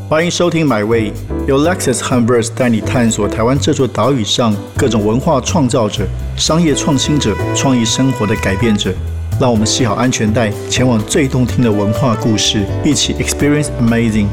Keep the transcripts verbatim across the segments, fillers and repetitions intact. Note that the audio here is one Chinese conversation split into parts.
欢迎收听 My Way， 由 Lexus 和 Verse 带你探索台湾这座岛屿上各种文化创造者、商业创新者、创意生活的改变者。让我们系好安全带，前往最动听的文化故事，一起 Experience Amazing。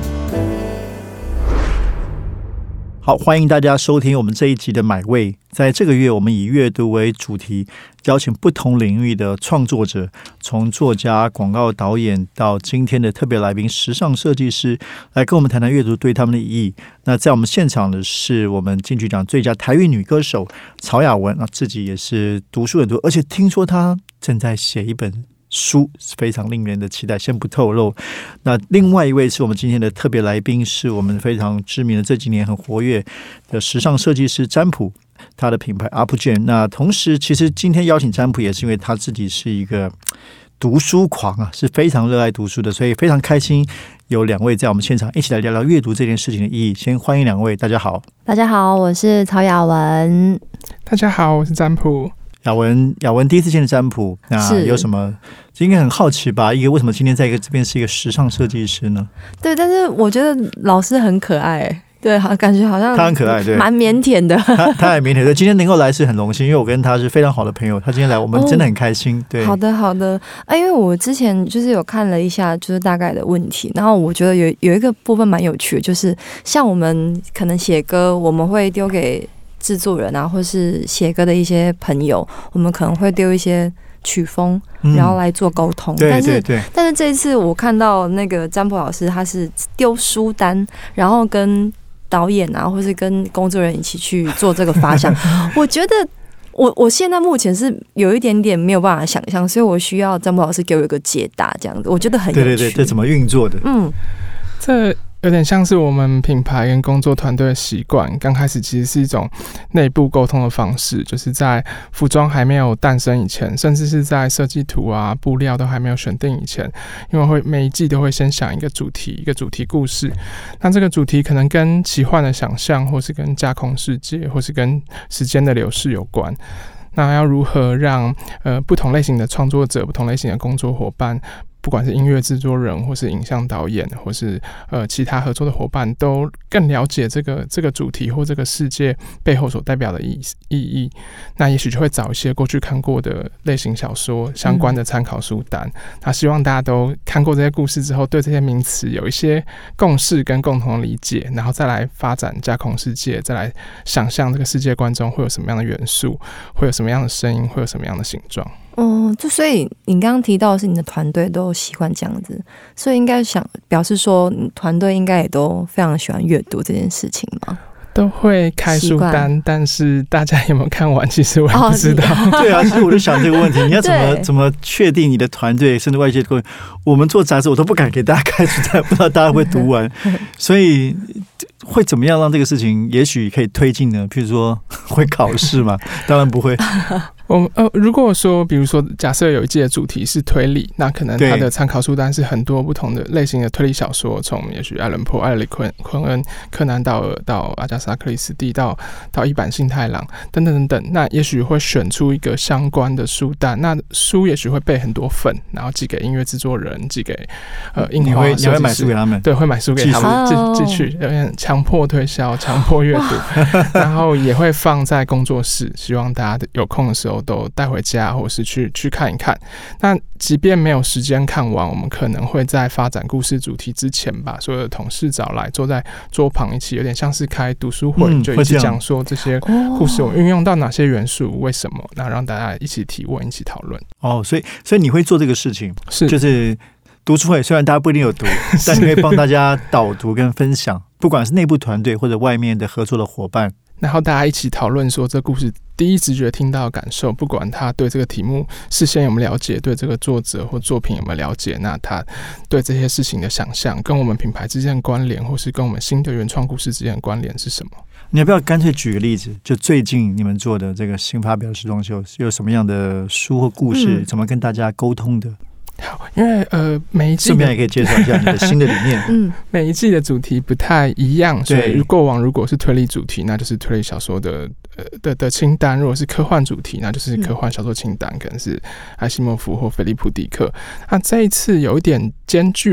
好，欢迎大家收听我们这一集的买位。在这个月，我们以阅读为主题，邀请不同领域的创作者，从作家、广告导演到今天的特别来宾时尚设计师，来跟我们谈谈阅读对他们的意义。那在我们现场的是我们金曲奖最佳台语女歌手曹雅雯，自己也是读书很多，而且听说她正在写一本书，非常令人的期待，先不透露。那另外一位是我们今天的特别来宾，是我们非常知名的这几年很活跃的时尚设计师占卜，他的品牌 UpGen。 那同时其实今天邀请占卜也是因为他自己是一个读书狂啊，是非常热爱读书的，所以非常开心有两位在我们现场一起来聊聊阅读这件事情的意义。先欢迎两位。大家好。 大家好，我是曹雅雯。 大家好，我是占卜。 雅雯，雅雯第一次见的占卜，那有什么？应该很好奇吧？一个为什么今天在一个这边是一个时尚设计师呢？ 对，但是我觉得老师很可爱，对，感觉好像他很可爱，对， 蛮腼腆的。 他他很腼腆，对，今天能够来是很荣幸，因为我跟他是非常好的朋友，他今天来我们真的很开心。哦、对， 好的好的啊，因为我之前就是有看了一下，就是大概的问题，然后我觉得有有一个部分蛮有趣的，就是像我们可能写歌，我们会丢给制作人啊，或是写歌的一些朋友，我们可能会丢一些曲风，然后来做沟通。嗯、 对对对。 但是这一次我看到那个占卜老师，他是丢书单，然后跟导演啊，或是跟工作人员一起去做这个发想。我觉得我我现在目前是有一点点没有办法想象，所以我需要占卜老师给我一个解答，这样子我觉得很有趣。 对对对，这怎么运作的？ 嗯，这有点像是我们品牌跟工作团队的习惯。刚开始其实是一种内部沟通的方式，就是在服装还没有诞生以前，甚至是在设计图啊、布料都还没有选定以前，因为会每一季都会先想一个主题、一个主题故事。那这个主题可能跟奇幻的想象，或是跟架空世界，或是跟时间的流逝有关。那要如何让呃不同类型的创作者、不同类型的工作伙伴，不管是音乐制作人，或是影像导演，或是呃其他合作的伙伴，都更了解这个这个主题或这个世界背后所代表的意意义。那也许就会找一些过去看过的类型小说相关的参考书单。那、嗯、希望大家都看过这些故事之后，对这些名词有一些共识跟共同的理解，然后再来发展架空世界，再来想象这个世界观中会有什么样的元素，会有什么样的声音，会有什么样的形状。 哦，就所以你刚刚提到的是你的团队都习惯这样子，所以应该想表示说，你团队应该也都非常喜欢阅读这件事情吗？ 都会开书单，但是大家有没有看完，其实我也不知道。 哦、对啊，所以我就想这个问题，你要怎么怎么确定你的团队，甚至外界的，我们做杂志，我都不敢给大家开书单，不知道大家会读完，所以会怎么样让这个事情也许可以推进呢？譬如说会考试吗？当然不会。 我呃，如果说，比如说，假设有一季的主题是推理，那可能它的参考书单是很多不同的类型的推理小说，从也许爱伦坡、艾利昆昆恩、柯南道尔到阿加莎克里斯蒂到到一坂幸太郎等等等等，那也许会选出一个相关的书单。那书也许会备很多份，然后寄给音乐制作人，寄给呃印花设计师。 你会买书给他们？ 对，会买书给他们，寄寄去，有点强迫推销、强迫阅读，然后也会放在工作室，希望大家有空的时候都带回家，或是去去看一看。那即便没有时间看完，我们可能会在发展故事主题之前，把所有的同事找来，坐在桌旁一起，有点像是开读书会，嗯、就一起讲说这些故事我运用到哪些元素，为什么，那让大家一起提问，一起讨论。 哦，所以所以你会做这个事情， 是就是读书会，虽然大家不一定有读，但你会帮大家导读跟分享，不管是内部团队或者外面的合作的伙伴。 然后大家一起讨论说这故事第一直觉听到的感受，不管他对这个题目事先有没有了解，对这个作者或作品有没有了解，那他对这些事情的想象跟我们品牌之间的关联，或是跟我们新的原创故事之间的关联是什么。 你要不要干脆举个例子，就最近你们做的这个新发表的时装秀有什么样的书或故事、嗯、怎么跟大家沟通的？ 好，因为呃每一季顺便也可以介绍一下你的新的理念。 嗯，每一季的主题不太一样，所以过往如果是推理主题，那就是推理小说的呃的的清单；如果是科幻主题，那就是科幻小说清单，嗯、可能是艾西莫夫或菲利普迪克。那这一次有一点兼具了有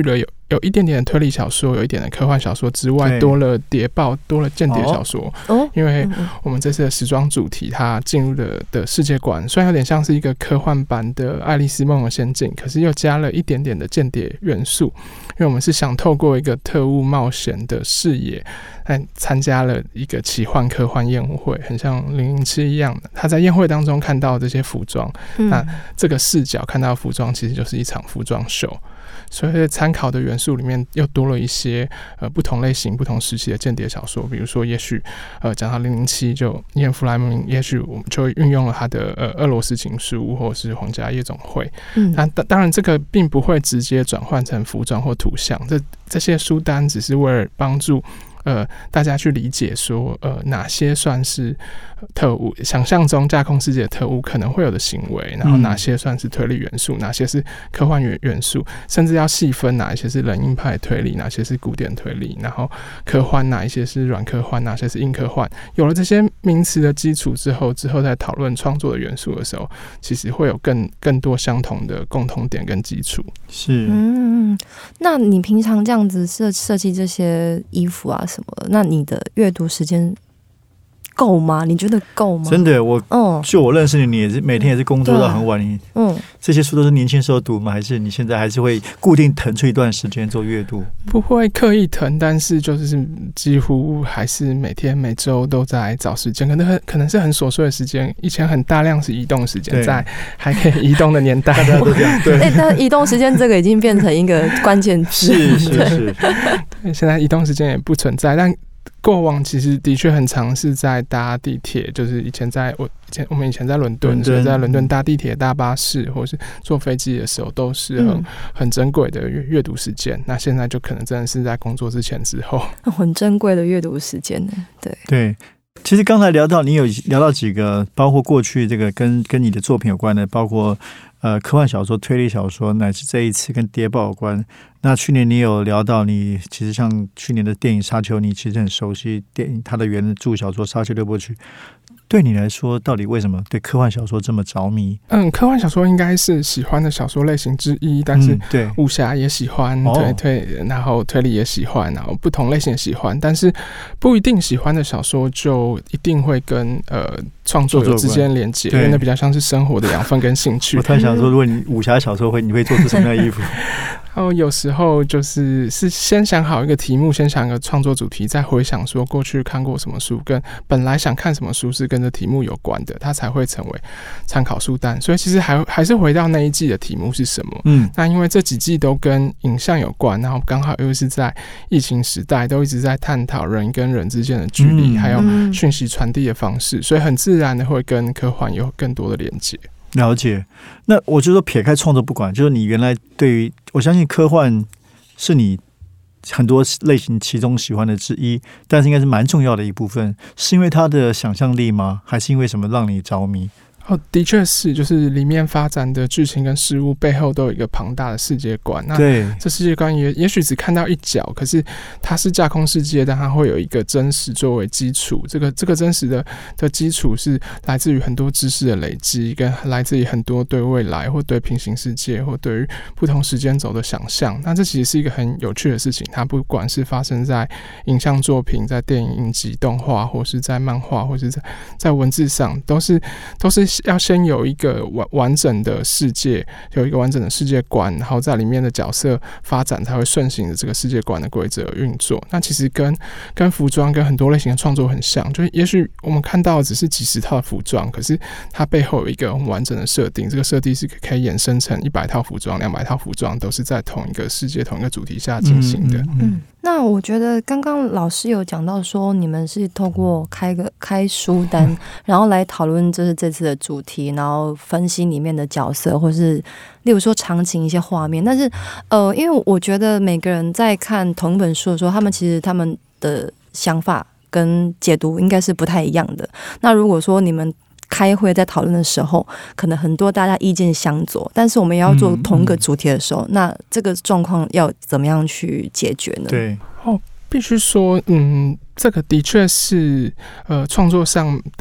有一点点的推理小说，有一点的科幻小说之外，多了谍报，多了间谍小说。哦，因为我们这次的时装主题，它进入的的世界观虽然有点像是一个科幻版的《爱丽丝梦游仙境》，可是又加了一点点的间谍元素。因为我们是想透过一个特务冒险的视野，参加了一个奇幻科幻宴会，很像零零七一样的。他在宴会当中看到这些服装，嗯、那这个视角看到服装，其实就是一场服装秀。所以参考的元素里面又多了一些呃不同类型、不同时期的间谍小说，比如说，也许呃讲到零零七，就伊恩·弗莱明，也许我们就运用了他的呃俄罗斯情书，或者是皇家夜总会。嗯，那当然这个并不会直接转换成服装或图像，这这些书单只是为了帮助。呃，大家去理解说，呃，哪些算是特务想象中架空世界的特务可能会有的行为，然后哪些算是推理元素，哪些是科幻元素，甚至要细分哪一些是冷硬派推理，哪些是古典推理，然后科幻哪一些是软科幻，哪些是硬科幻。有了这些名词的基础之后，之后在讨论创作的元素的时候，其实会有更更多相同的共同点跟基础。 是， 嗯，那你平常这样子设设计这些衣服啊什么的，那你的阅读时间够吗？你觉得够吗？ 真的，我、嗯、就我认识你，你也是每天也是工作到很晚。你嗯，这些书都是年轻时候读吗？还是你现在还是会固定腾出一段时间做阅读？ 不会刻意腾，但是就是几乎还是每天每周都在找时间，可能很可能是很琐碎的时间。以前很大量是移动时间，在还可以移动的年代， 大家都这样。对， 欸、但移动时间这个已经变成一个关键字。 是是是， 现在移动时间也不存在，但。过往其实的确很常是在搭地铁，就是以前在我以前我们以前在伦敦，所以在伦敦搭地铁、搭巴士或是坐飞机的时候，都是很、嗯、很珍贵的阅读时间。那现在就可能真的是在工作之前之后， 很珍贵的阅读时间呢。对对，其实刚才聊到你有聊到几个，包括过去这个跟跟你的作品有关的，包括呃科幻小说、推理小说，乃至这一次跟谍报有关。那去年你有聊到你其实像去年的电影《沙丘》，你其实很熟悉电影它的原著小说《沙丘六部曲》。对你来说，到底为什么对科幻小说这么着迷？ 嗯，科幻小说应该是喜欢的小说类型之一，但是对武侠也喜欢，嗯、对对，然后推理也喜欢，然后不同类型也喜欢，但是不一定喜欢的小说就一定会跟呃创作有之间连结，因为那比较像是生活的养分跟兴趣。 我突然想说，如果你武侠小说会，你会做出什么样的衣服？ 然后有时候就是是先想好一个题目，先想一个创作主题，再回想说过去看过什么书，跟本来想看什么书是跟这题目有关的，它才会成为参考书单。所以其实还还是回到那一季的题目是什么。嗯，那因为这几季都跟影像有关，然后刚好又是在疫情时代，都一直在探讨人跟人之间的距离，嗯、还有讯息传递的方式，所以很自然的会跟科幻有更多的连结。 了解，那我就说撇开创作不管，就是你原来对于我相信科幻是你很多类型其中喜欢的之一，但是应该是蛮重要的一部分，是因为它的想象力吗？还是因为什么让你着迷？ 哦，的确是，就是里面发展的剧情跟事物背后都有一个庞大的世界观。那这世界观也也许只看到一角，可是它是架空世界，但它会有一个真实作为基础。这个这个真实的的基础是来自于很多知识的累积，跟来自于很多对未来或对平行世界或对于不同时间轴的想象。那这其实是一个很有趣的事情。它不管是发生在影像作品、在电影、影集、动画，或是在漫画，或是在在文字上，都是都是。要先有一个完完整的世界，有一个完整的世界观，然后在里面的角色发展才会顺行着这个世界观的规则运作。那其实跟跟服装跟很多类型的创作很像，就是也许我们看到的只是几十套的服装，可是它背后有一个很完整的设定，这个设定是可以衍生成一百套服装、两百套服装，都是在同一个世界、同一个主题下进行的。嗯嗯嗯，那我觉得刚刚老师有讲到说，你们是透过开个开书单，然后来讨论就是这次的主题，然后分析里面的角色，或是例如说场景一些画面。但是呃，因为我觉得每个人在看同一本书的时候，他们其实他们的想法跟解读应该是不太一样的。那如果说你们开会在讨论的时候，可能很多大家意见相左，但是我们也要做同一个主题的时候，嗯嗯、那这个状况要怎么样去解决呢？ 对， 哦，必须说，嗯，这个的确是呃创作上的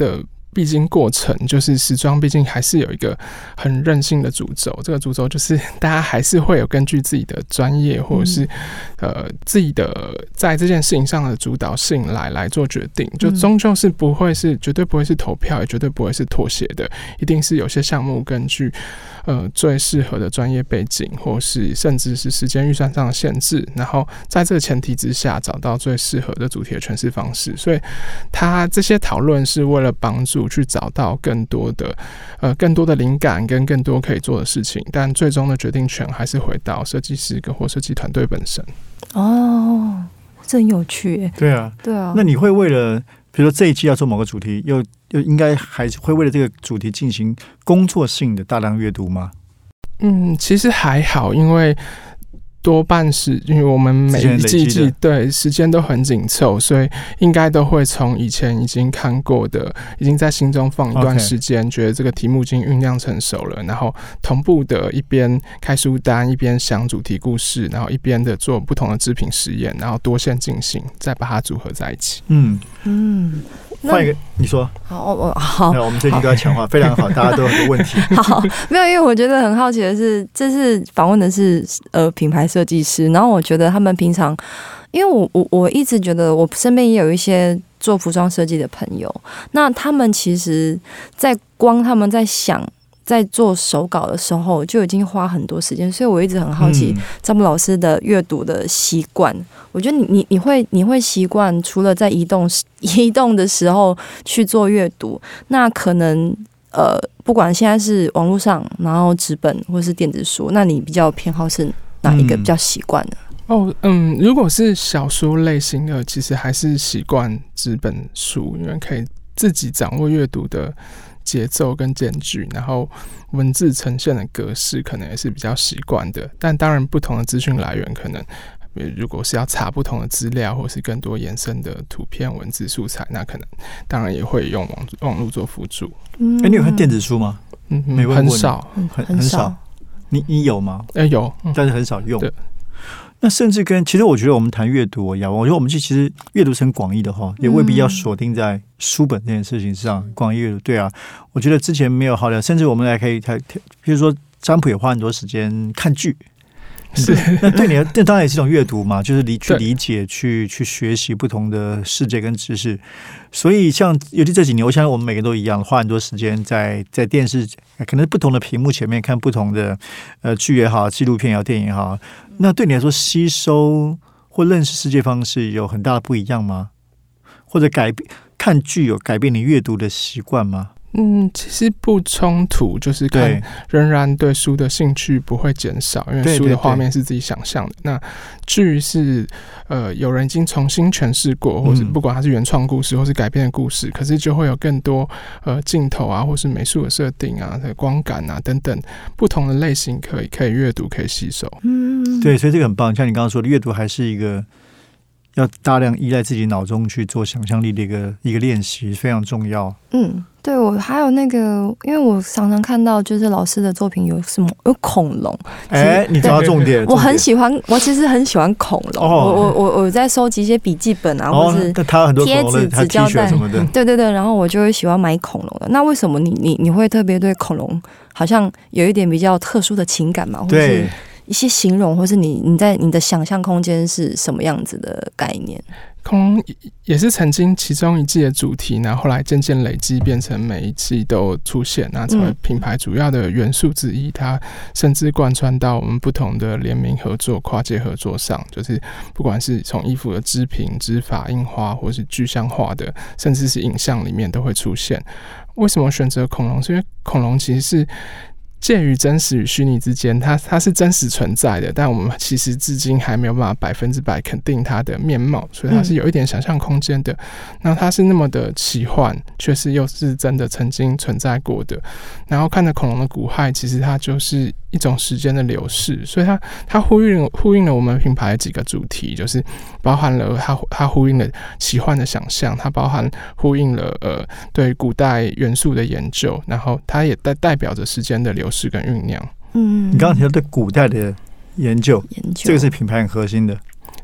必经过程，就是时装毕竟还是有一个很任性的主轴，这个主轴就是大家还是会有根据自己的专业或者是、嗯、呃自己的在这件事情上的主导性来来做决定，就终究是不会是绝对不会是投票，也绝对不会是妥协的，一定是有些项目根据呃最适合的专业背景，或是甚至是时间预算上的限制，然后在这个前提之下找到最适合的主题的诠释方式，所以他这些讨论是为了帮助去找到更多的呃更多的灵感跟更多可以做的事情，但最终的决定权还是回到设计师跟或设计团队本身。 哦，这很有趣耶。 对啊， 对啊。 那你会为了比如说这一季要做某个主题，又又应该还是会为了这个主题进行工作性的大量阅读吗？ 嗯，其实还好，因为多半是因为我们每一季季对时间都很紧凑，所以应该都会从以前已经看过的，已经在心中放一段时间， okay. 觉得这个题目已经酝酿成熟了，然后同步的一边开书单，一边想主题故事，然后一边的做不同的制品实验，然后多线进行，再把它组合在一起。 嗯嗯。 换一个，你说好，我好， 我们最近都要强化，非常好，大家都有很多问题。 好，没有，因为我觉得很好奇的是，这次访问的是呃品牌设计师，然后我觉得他们平常，因为我我我一直觉得我身边也有一些做服装设计的朋友，那他们其实，在光他们在想。在做手稿的时候就已经花很多时间，所以我一直很好奇张木老师的阅读的习惯。我觉得你你你会你会习惯除了在移动移动的时候去做阅读，那可能呃不管现在是网络上，然后纸本或是电子书，那你比较偏好是哪一个比较习惯的？ 哦，嗯，如果是小说类型的，其实还是习惯纸本书，因为可以自己掌握阅读的节奏跟间距，然后文字呈现的格式可能也是比较习惯的。但当然，不同的资讯来源可能，如果是要查不同的资料，或是更多延伸的图片、文字素材，那可能当然也会用网网络做辅助。 嗯，哎、欸，你有看电子书吗？ 嗯，没问过，很少， 很很少。你你有吗？ 哎、欸，有、嗯， 但是很少用。 对。 那甚至跟其实我觉得我们谈阅读一样，我觉得我们其实阅读是很广义的话，也未必要锁定在书本这件事情上。广义阅读，对啊，我觉得之前没有好的，甚至我们还可以，比如说占卜也花很多时间看剧。是，那对你，那当然也是一种阅读嘛，就是理去理解、去去学习不同的世界跟知识。所以，像尤其这几年，我相信我们每个都一样，花很多时间在在电视，可能不同的屏幕前面看不同的呃剧也好、纪录片也好、电影也好。那对你来说，吸收或认识世界方式有很大的不一样吗？或者改变看剧有改变你阅读的习惯吗？ 嗯，其实不冲突，就是看仍然对书的兴趣不会减少，因为书的画面是自己想象的。那剧是呃有人已经重新诠释过，或是不管它是原创故事或是改编的故事，嗯、可是就会有更多呃镜头啊，或是美术的设定啊、光感啊等等不同的类型可以可以阅读可以吸收。 嗯， 对，所以这个很棒。像你刚刚说的，阅读还是一个要大量依赖自己脑中去做想象力的一个一个练习，非常重要。 嗯。对，我还有那个，因为我常常看到就是老师的作品有什么有恐龙， 哎，你找到重点， 我很喜欢，我其实很喜欢恐龙，哦、我我我我在收集一些笔记本啊， 哦、 或是贴纸、纸胶带什么的， 对对对，然后我就会喜欢买恐龙的。那为什么你你你会特别对恐龙好像有一点比较特殊的情感嘛？或是一些形容，或是你你在你的想象空间是什么样子的概念？ 恐龙也是曾经其中一季的主题，然后后来渐渐累积变成每一季都出现，那成为品牌主要的元素之一。它甚至贯穿到我们不同的联名合作、跨界合作上，就是不管是从衣服的织品、织法、印花，或是具象化的，甚至是影像里面都会出现。为什么选择恐龙？是因为恐龙其实是介于真实与虚拟之间，它它是真实存在的，但我们其实至今还没有办法百分之百肯定它的面貌，所以它是有一点想象空间的。嗯、那它是那么的奇幻，却是又是真的曾经存在过的。然后看着恐龙的骨骸，其实它就是一种时间的流逝，所以它它呼应呼应了我们品牌的几个主题，就是包含了它它呼应了奇幻的想象，它包含呼应了呃对古代元素的研究，然后它也代代表着时间的流逝跟酝酿。 嗯， 你刚刚提到对古代的研究， 研究这个是品牌很核心的。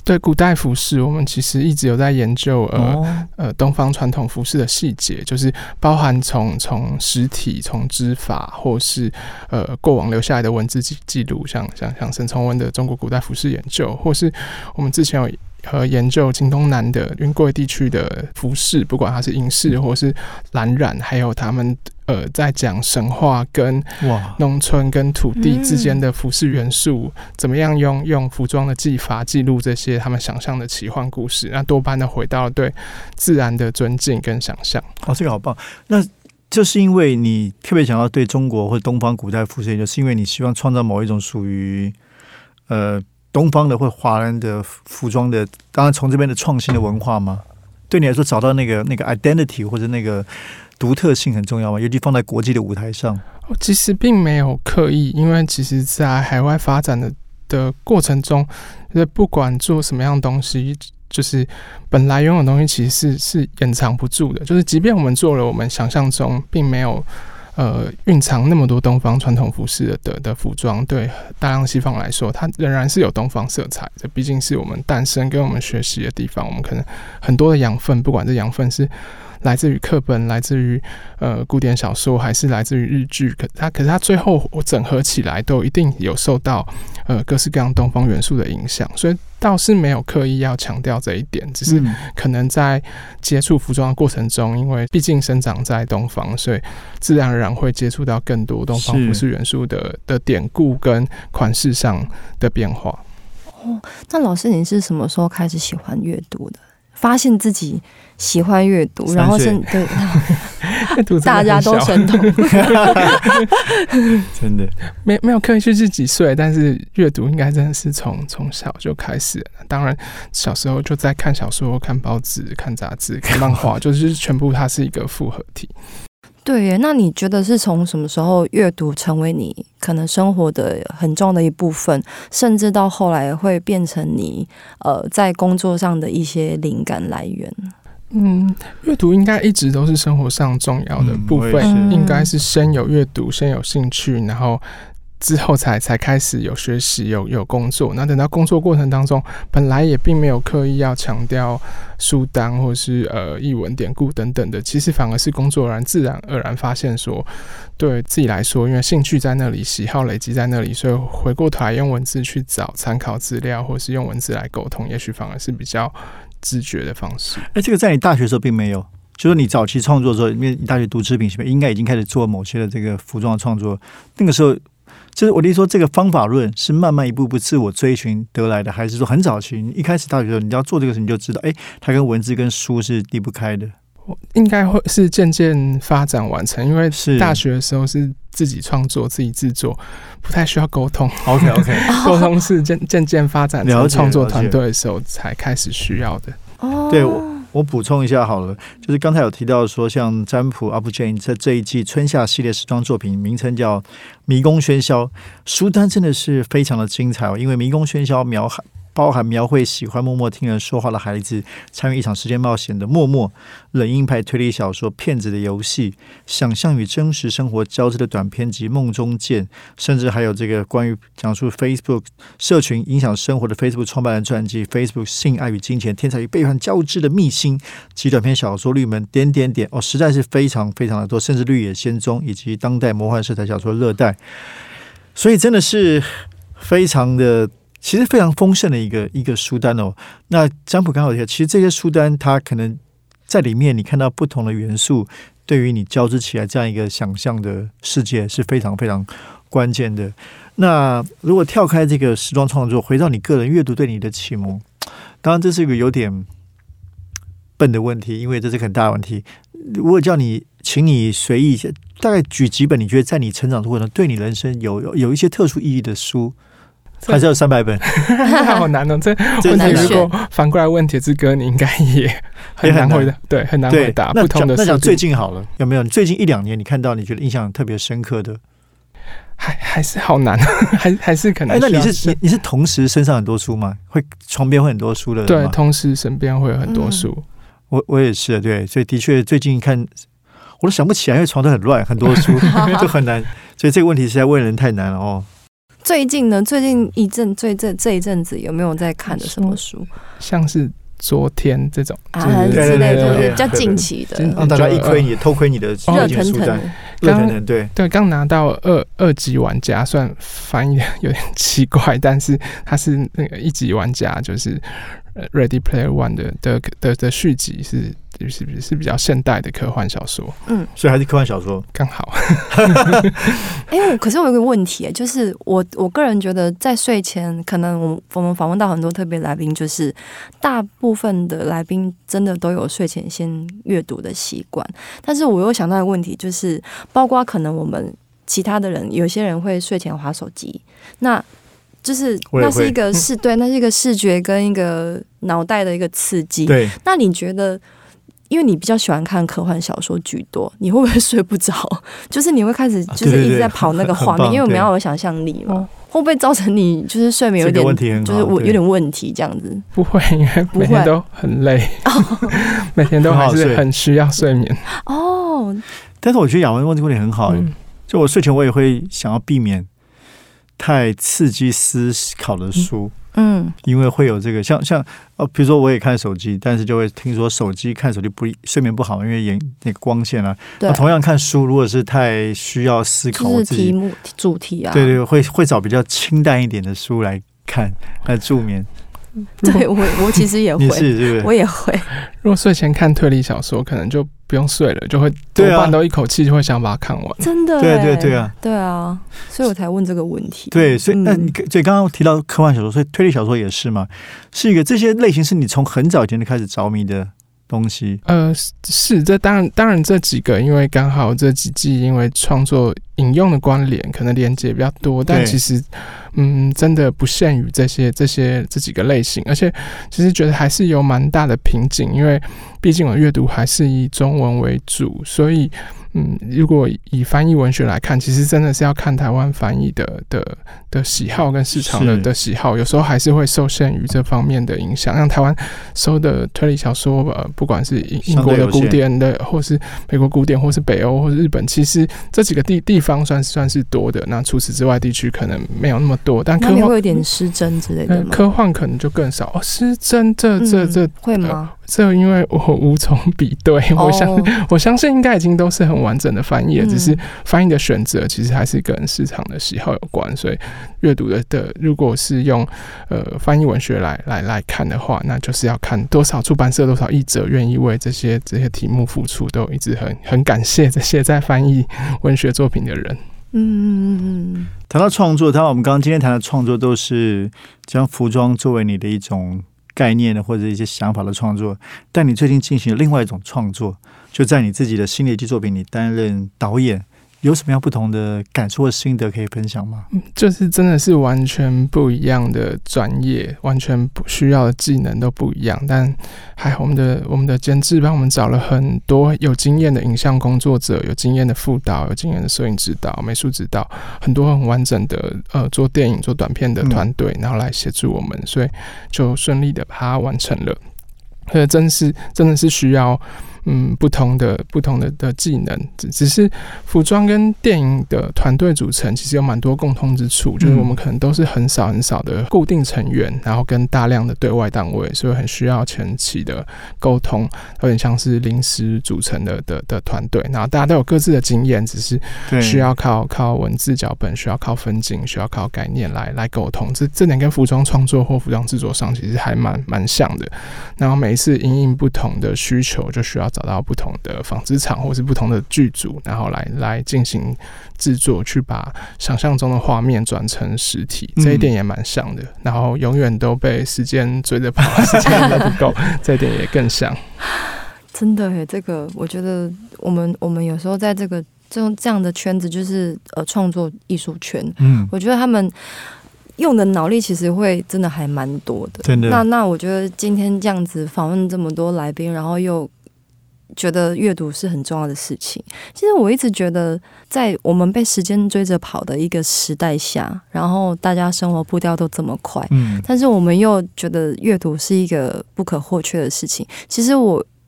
对，古代服饰，我们其实一直有在研究呃、 哦、 呃东方传统服饰的细节，就是包含从从实体、从织法，或是呃过往留下来的文字记记录，像像像沈从文的《中国古代服饰研究》，或是我们之前有和研究京东南的云贵地区的服饰，不管它是银饰或是蓝染，还有他们呃在讲神话跟农村跟土地之间的服饰元素，嗯、怎么样用用服装的技法记录这些他们想象的奇幻故事，那多半的回到了对自然的尊敬跟想象。 哦，这个好棒！那就是因为你特别想要对中国或东方古代服饰研究，是因为你希望创造某一种属于呃。东方的或华人的服装的，当然从这边的创新的文化吗？对你来说，找到那个那个 identity 或者那个独特性很重要吗？尤其放在国际的舞台上。 其实并没有刻意，因为其实在海外发展的的过程中，不管做什么样的东西，就是本来拥有的东西其实是是掩藏不住的。就是即便我们做了我们想象中并没有。呃，蕴藏那么多东方传统服饰 的, 的, 的服装，对大量西方来说，它仍然是有东方色彩。这毕竟是我们诞生跟我们学习的地方。我们可能很多的养分，不管这养分是来自于课本，来自于呃古典小说，还是来自于日剧，可它可是它最后我整合起来，都一定有受到呃各式各样东方元素的影响。所以倒是没有刻意要强调这一点，只是可能在接触服装的过程中，因为毕竟生长在东方，所以自然而然会接触到更多东方服饰元素的的典故跟款式上的变化。 哦，那老师，你是什么时候开始喜欢阅读的？发现自己喜欢阅读，然后是对大家都神童， 真的没没有刻意去是几岁，但是阅读应该真的是从从小就开始了。当然，小时候就在看小说、看报纸、看杂志、看漫画，就是全部它是一个复合体。 对耶，那你觉得是从什么时候阅读成为你可能生活的很重要的一部分，甚至到后来会变成你呃在工作上的一些灵感来源？ 嗯，阅读应该一直都是生活上重要的部分，嗯、应该是先有阅读，先有兴趣，然后之后才才开始有学习，有有工作。那等到工作过程当中，本来也并没有刻意要强调书单或是呃译文典故等等的，其实反而是工作人自然而然发现说，对自己来说，因为兴趣在那里，喜好累积在那里，所以回过头来用文字去找参考资料，或是用文字来沟通，也许反而是比较直觉的方式。 哎，这个在你大学的时候并没有。就是你早期创作的时候，因为你大学读织品系，应该已经开始做某些的这个服装的创作。那个时候，就是我的意思说，这个方法论是慢慢一步步自我追寻得来的，还是说很早期，你一开始大学的时候，你要做这个事，你就知道，哎，它跟文字跟书是离不开的。 应该会是渐渐发展完成，因为大学的时候是自己创作、自己制作，不太需要沟通。 OK OK， 沟通是渐渐渐发展成创作团队的时候才开始需要的。 哦， 对我。我补充一下好了，就是刚才有提到说，像占卜 Abu Jane 在这一季春夏系列时装作品，名称叫《迷宫喧嚣》，书单真的是非常的精彩哦。因为《迷宫喧嚣》描包含描绘喜欢默默听人说话的孩子参与一场时间冒险的默默，冷硬派推理小说《骗子的游戏》，想象与真实生活交织的短篇集《梦中见》，甚至还有这个关于讲述 Facebook 社群影响生活的 Facebook 创办人传记《Facebook 性爱与金钱天才与背叛交织的秘辛》及短篇小说《绿门》点点点哦，实在是非常非常的多，甚至《绿野仙踪》以及当代魔幻色彩小说《热带》，所以真的是非常的。其实非常丰盛的一个一个书单哦。那占卜刚好提到，其实这些书单它可能在里面你看到不同的元素，对于你交织起来这样一个想象的世界是非常非常关键的。那如果跳开这个时装创作，回到你个人阅读对你的启蒙，当然这是一个有点笨的问题，因为这是个很大的问题。如果叫你，请你随意大概举几本你觉得在你成长的过程对你人生有有有一些特殊意义的书。还是有三百本， 好难哦！这问题如果反过来问铁之哥，你应该也很难回答，对，很难回答。不同的那讲最近好了，有没有？你最近一两年你看到你觉得印象特别深刻的？ 还还是好难，还还是可能。 哎，那你是你你是同时身上很多书吗？会床边会很多书的人吗？ 对，同时身边会有很多书。 嗯、我我也是，对，所以的确最近看我都想不起来，因为床都很乱，很多书就很难。所以这个问题实在问人太难了哦。 最近呢？最近一阵最这这一阵子有没有在看的什么书？ 像是昨天这种啊就是之类的， 对比较近期的， 让大家一窥你偷窥你的热腾腾的。 热腾腾，对对，刚拿到二二级玩家，虽然翻译的有点奇怪，但是它是那个一级玩家，就是Ready Player One 的的的的续集是。是是比较现代的科幻小说， 嗯，所以还是科幻小说， 刚好。 哎、欸，可是我有个问题，就是我我个人觉得，在睡前，可能我我们访问到很多特别来宾，就是大部分的来宾真的都有睡前先阅读的习惯，但是我又想到的问题，就是包括可能我们其他的人，有些人会睡前滑手机，那。就是那是一个视对，那是一个视觉跟一个脑袋的一个刺激。 对， 那你觉得，因为你比较喜欢看科幻小说居多，你会不会睡不着？就是你会开始就是一直在跑那个画面，啊、对对对因为我们要有想象力嘛。会不会造成你就是睡眠有点问题很好就是我有点问题这样子？ 不会，因为每天都很累，每天都还是很需要睡眠。 哦， 但是我觉得雅文问这个问题很好、嗯，就我睡前我也会想要避免。太刺激思考的书，嗯，因为会有这个像像呃，比如说我也看手机，但是就会听说手机看手机不睡眠不好，因为眼那个光线啊。那同样看书，如果是太需要思考， 就是题目主题啊， 对对，会会找比较清淡一点的书来看来助眠。 对我我其实也会， 你是是不是？ 我也会。 如果睡前看推理小说，可能就不用睡了，就会多半都一口气就会想把它看完。 真的， 对对对啊， 对啊，所以我才问这个问题。 对，所以、嗯、那你所以刚刚提到科幻小说，所以推理小说也是嘛？是一个这些类型是你从很早以前就开始着迷的东西。 呃，是这当然当然这几个，因为刚好这几季因为创作引用的关联，可能连接比较多，但其实嗯，真的不限于这些这些这几个类型，而且其实觉得还是有蛮大的瓶颈，因为毕竟我阅读还是以中文为主，所以嗯，如果以翻译文学来看，其实真的是要看台湾翻译的的的喜好跟市场的的喜好，有时候还是会受限于这方面的影响。像台湾收的推理小说，呃，不管是英国的古典的，或是美国古典，或是北欧或是日本，其实这几个地地方算是算是多的。那除此之外，地区可能没有那么多。但科幻会有点失真之类的吗？ 科幻可能就更少。哦，失真这这这、嗯、 会吗？ 呃这因为我无从比对，我相、oh. 我相信应该已经都是很完整的翻译了，嗯、只是翻译的选择其实还是跟市场的喜好有关，所以阅读的的如果是用呃翻译文学来来来看的话，那就是要看多少出版社多少译者愿意为这些这些题目付出，都一直很很感谢这些在翻译文学作品的人。 嗯嗯嗯。 谈到创作，谈到我们刚刚今天谈的创作，都是将服装作为你的一种概念的或者一些想法的创作，但你最近进行了另外一种创作，就在你自己的新的一季作品，你担任导演，有什么样不同的感受和心得可以分享吗？ 就是真的是完全不一样的专业，完全不需要的技能都不一样，但还好我们的我们的监制帮我们找了很多有经验的影像工作者，有经验的副导，有经验的摄影指导、美术指导，很多很完整的呃做电影、做短片的团队，然后来协助我们，所以就顺利的把它完成了。呃，真是真的是需要。嗯，不同的不同的的技能，只只是服装跟电影的团队组成，其实有蛮多共通之处，嗯、就是我们可能都是很少很少的固定成员，然后跟大量的对外单位，所以很需要前期的沟通，有点像是临时组成的的的团队，然后大家都有各自的经验，只是需要靠靠文字脚本，需要靠分镜，需要靠概念来来沟通。这这点跟服装创作或服装制作上其实还蛮蛮像的。然后每一次因应不同的需求，就需要找到不同的纺织厂或是不同的剧组，然后来来进行制作，去把想象中的画面转成实体，这一点也蛮像的。然后永远都被时间追着跑，时间都不够，这一点也更像。 真的耶，这个我觉得我们我们有时候在这个这种这样的圈子，就是呃创作艺术圈，嗯，我觉得他们用的脑力其实会真的还蛮多的。 真的。 那那我觉得今天这样子访问这么多来宾，然后又觉得阅读是很重要的事情。其实我一直觉得，在我们被时间追着跑的一个时代下，然后大家生活步调都这么快，嗯，但是我们又觉得阅读是一个不可或缺的事情。其实我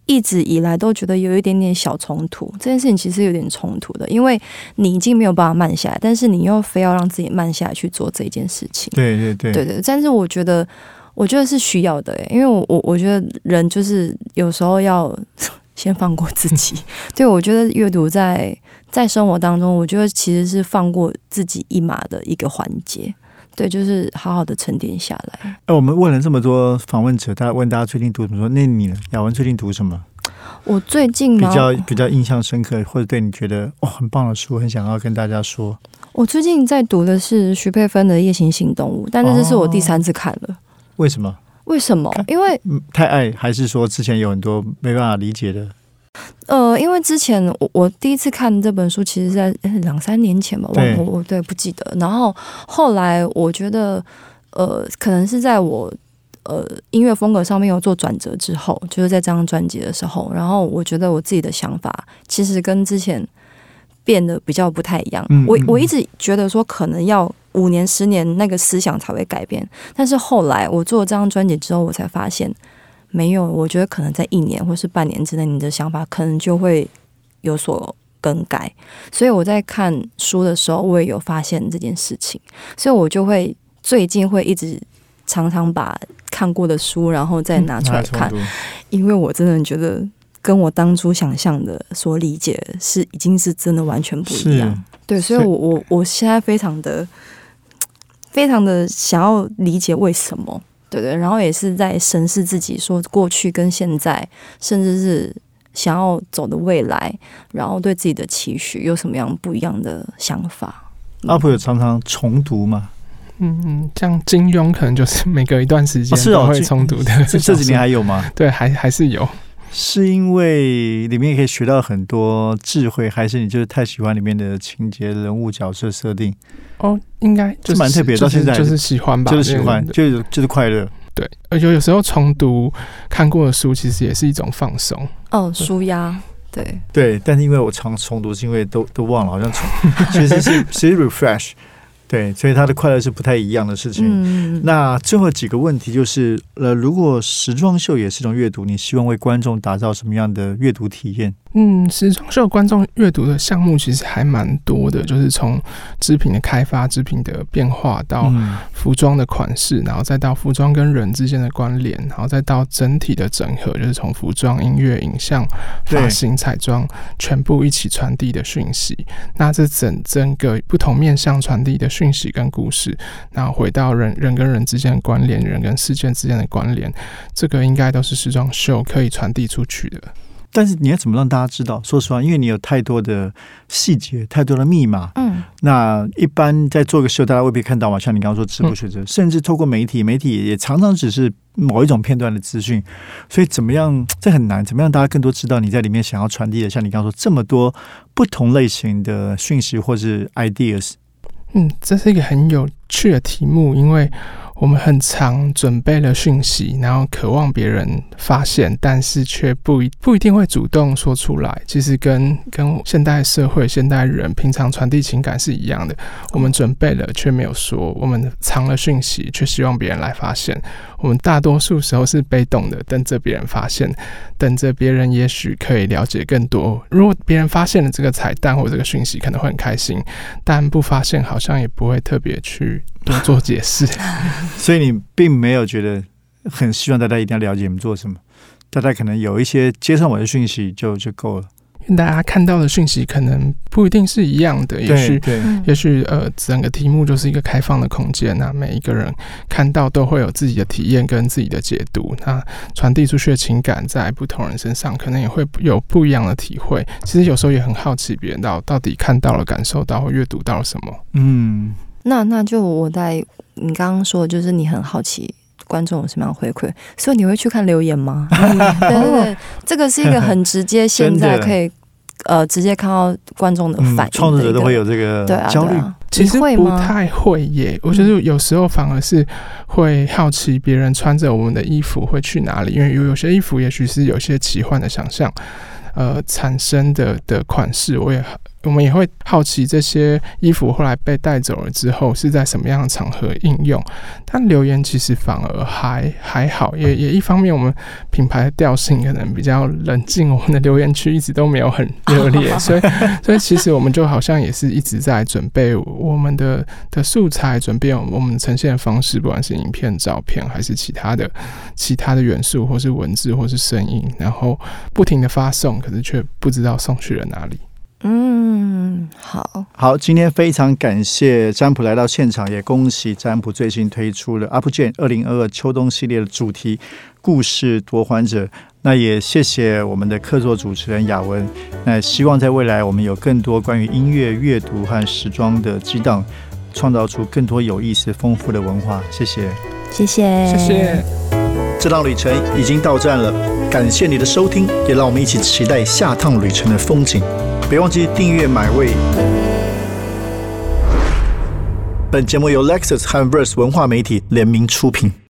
一直以来都觉得有一点点小冲突，这件事情其实有点冲突的，因为你已经没有办法慢下来，但是你又非要让自己慢下来去做这件事情。 对对对对对，但是我觉得，我觉得是需要的，因为我我我觉得人就是有时候要先放过自己。对，我觉得阅读在在生活当中，我觉得其实是放过自己一马的一个环节。对，就是好好的沉淀下来。 哎，我们问了这么多访问者，大家问大家最近读什么书？那你呢？雅文最近读什么？ 我最近比较比较印象深刻，或者对你觉得哦很棒的书，很想要跟大家说。 我最近在读的是徐佩芬的《夜行性动物》，但是这是我第三次看了。哦、 为什么？ 为什么？因为太爱，还是说之前有很多没办法理解的？ 呃，因为之前我我第一次看这本书，其实是在两三年前吧，我我对不记得。然后后来我觉得，呃，可能是在我呃音乐风格上面有做转折之后，就是在这张专辑的时候，然后我觉得我自己的想法其实跟之前变得比较不太一样。嗯嗯我我一直觉得说，可能要五年、十年那个思想才会改变，但是后来我做了这张专辑之后，我才发现。没有，我觉得可能在一年或是半年之内，你的想法可能就会有所更改。所以我在看书的时候，我也有发现这件事情，所以我就会最近会一直常常把看过的书，然后再拿出来看，嗯、因为我真的觉得跟我当初想象的所理解是已经是真的完全不一样。对，所以我我我现在非常的非常的想要理解为什么。对对，然后也是在审视自己，说过去跟现在，甚至是想要走的未来，然后对自己的期许有什么样不一样的想法。 阿普有常常重读吗？ 嗯嗯，像金庸可能就是每隔一段时间都会重读的、哦哦。 这几年还有吗？ 对，还还是有。 是因为里面可以学到很多智慧，还是你就是太喜欢里面的情节、人物、角色设定？ 哦，应该就是蛮特别，到现在就是喜欢吧， 就是喜欢，就是就是快乐。 对，而且有时候重读看过的书，其实也是一种放松。 哦，舒压。对对，但是因为我常重读，是因为都都忘了，好像重其实是其实 refresh。对，所以它的快乐是不太一样的事情。嗯、那最后几个问题就是，呃，如果时装秀也是一种阅读，你希望为观众打造什么样的阅读体验？ 嗯，时装秀观众阅读的项目其实还蛮多的，就是从织品的开发、织品的变化到服装的款式，然后再到服装跟人之间的关联，然后再到整体的整合，就是从服装、音乐、影像、发型、彩妆全部一起传递的讯息。那这整整个不同面向传递的讯息跟故事，然后回到人人跟人之间的关联，人跟事件之间的关联，这个应该都是时装秀可以传递出去的。 但是你要怎么让大家知道？说实话，因为你有太多的细节、太多的密码。嗯，那一般在做个秀，大家未必看到嘛。像你刚刚说直播学者，嗯、甚至透过媒体，媒体也常常只是某一种片段的资讯。所以怎么样？这很难。怎么样大家更多知道你在里面想要传递的？像你刚刚说这么多不同类型的讯息或是 ideas。 嗯，这是一个很有趣的题目，因为我们很常准备了讯息，然后渴望别人发现，但是却不一不一定会主动说出来。其实跟跟现代社会、现代人平常传递情感是一样的。我们准备了却没有说，我们藏了讯息却希望别人来发现。我们大多数时候是被动的，等着别人发现，等着别人也许可以了解更多。如果别人发现了这个彩蛋或这个讯息，可能会很开心，但不发现好像也不会特别去多做解释。 所以你并没有觉得很希望大家一定要了解你们做什么，大家可能有一些接上我的讯息就就够了。 大家看到的讯息可能不一定是一样的，也许也许呃整个题目就是一个开放的空间，那每一个人看到都会有自己的体验跟自己的解读，那传递出去的情感在不同人身上可能也会有不一样的体会。其实有时候也很好奇别人到到底看到了、感受到或阅读到了什么。 嗯，那那就我在你刚刚说的就是你很好奇观众有什么样的回馈，所以你会去看留言吗？嗯、对对对，这个是一个很直接，现在可以呃直接看到观众的反应。 创、嗯、作者都会有这个焦虑、啊啊， 其实不太会耶。我觉得有时候反而是会好奇别人穿着我们的衣服会去哪里，因为有有些衣服也许是有些奇幻的想象。 呃产生的的款式，我也我们也会好奇这些衣服后来被带走了之后是在什么样的场合应用。但留言其实反而还还好，也也一方面我们品牌的调性可能比较冷静，我们的留言区一直都没有很热烈，所以所以其实我们就好像也是一直在准备我们的的素材，准备我们呈现的方式，不管是影片、照片还是其他的其他的元素，或是文字，或是声音，然后不停的发送，可是却不知道送去了哪里。 嗯，好好，今天非常感谢占卜来到现场，也恭喜占卜最新推出了 UpGen 二零二二秋冬系列的主题故事夺还者。那也谢谢我们的客座主持人雅文。那希望在未来我们有更多关于音乐、阅读和时装的激荡，创造出更多有意思、丰富的文化。谢谢， 谢谢， 谢谢。 这趟旅程已经到站了，感谢你的收听，也让我们一起期待下趟旅程的风景。别忘记订阅买位。本节目由 Lexus 和 Verse 文化媒体联名出品。